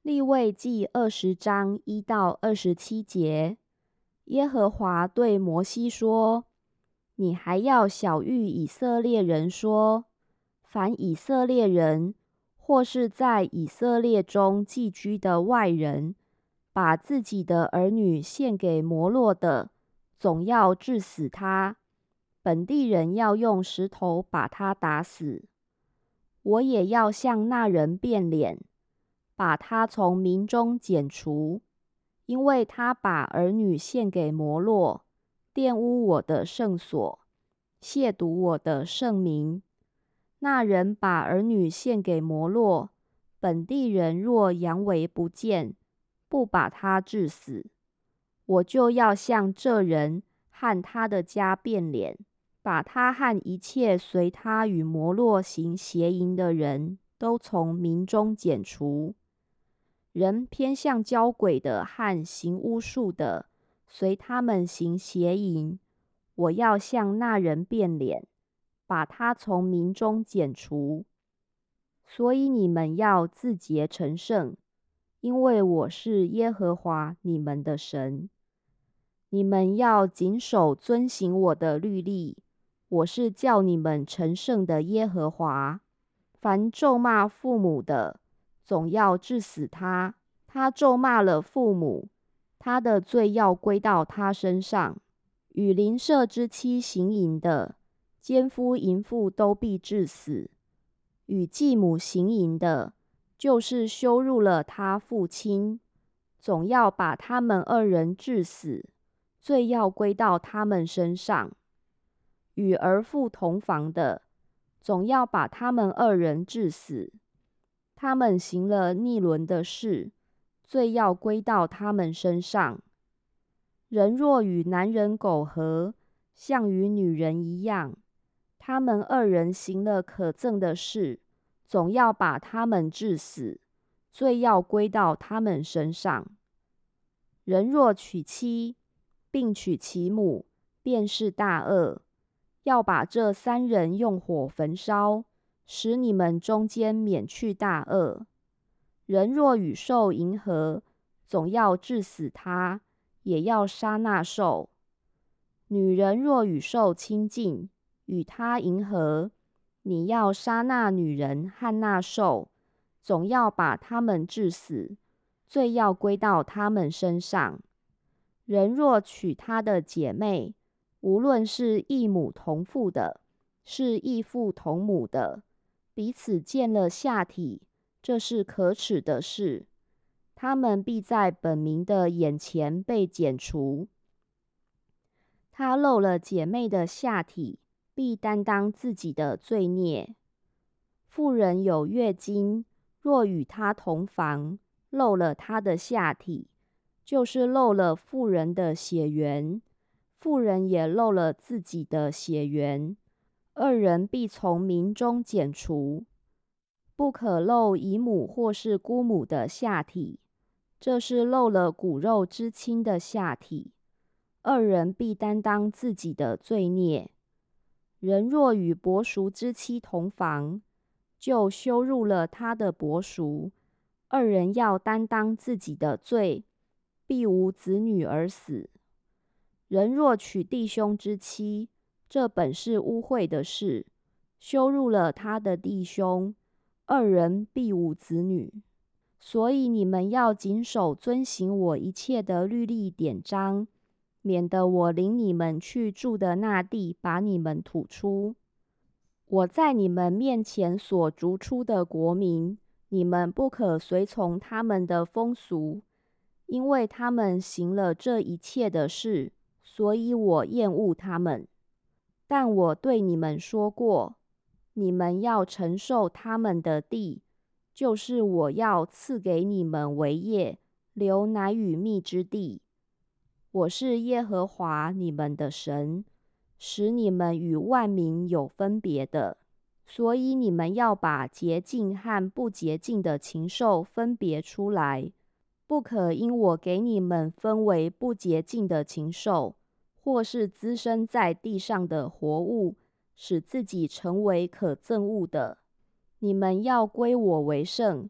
利未记20章1到27节，耶和华对摩西说：你还要晓谕以色列人说，凡以色列人或是在以色列中寄居的外人，把自己的儿女献给摩洛的，总要治死他，本地人要用石头把他打死。我也要向那人变脸，把他从民中剪除，因为他把儿女献给摩洛，玷污我的圣所，亵渎我的圣名。那人把儿女献给摩洛，本地人若佯为不见，不把他治死，我就要向这人和他的家变脸，把他和一切随他与摩洛行邪淫的人都从民中剪除。人偏向交鬼的和行巫术的，随他们行邪淫，我要向那人变脸，把他从民中剪除。所以你们要自洁成圣，因为我是耶和华你们的神。你们要谨守遵行我的律例，我是叫你们成圣的耶和华。凡咒骂父母的，总要治死他。他咒骂了父母，他的罪要归到他身上。与邻舍之妻行淫的，奸夫淫妇都必治死。与继母行淫的，就是羞辱了他父亲，总要把他们二人治死，罪要归到他们身上。与儿妇同房的，总要把他们二人治死。他们行了逆伦的事，罪要归到他们身上。人若与男人苟合，像与女人一样，他们二人行了可憎的事，总要把他们治死，罪要归到他们身上。人若娶妻，并娶其母，便是大恶，要把这三人用火焚烧，使你们中间免去大恶。人若与兽迎合，总要治死他，也要杀那兽。女人若与兽亲近，与他迎合，你要杀那女人和那兽，总要把他们治死，罪要归到他们身上。人若娶他的姐妹，无论是异母同父的，是异父同母的，彼此见了下体，这是可耻的事，他们必在本民的眼前被剪除。他漏了姐妹的下体，必担当自己的罪孽。妇人有月经，若与他同房，漏了他的下体，就是漏了妇人的血源，妇人也漏了自己的血源，二人必从民中剪除。不可漏姨母或是姑母的下体，这是漏了骨肉之亲的下体，二人必担当自己的罪孽。人若与伯叔之妻同房，就羞辱了他的伯叔，二人要担当自己的罪，必无子女而死。人若娶弟兄之妻，这本是污秽的事，羞辱了他的弟兄，二人必无子女。所以你们要谨守遵行我一切的律例典章，免得我领你们去住的那地把你们吐出。我在你们面前所逐出的国民，你们不可随从他们的风俗，因为他们行了这一切的事，所以我厌恶他们。但我对你们说过，你们要承受他们的地，就是我要赐给你们为业，流奶与蜜之地。我是耶和华你们的神，使你们与万民有分别的。所以你们要把洁净和不洁净的禽兽分别出来，不可因我给你们分为不洁净的禽兽，或是滋生在地上的活物，使自己成为可憎恶的。你们要归我为圣，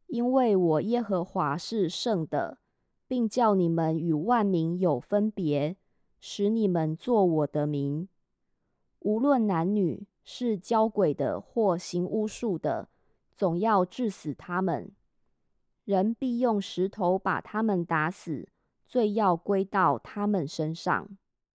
因为我耶和华是圣的，并叫你们与万民有分别，使你们作我的民。无论男女，是交鬼的或行巫术的，总要治死他们。人必用石头把他们打死，罪要归到他们身上。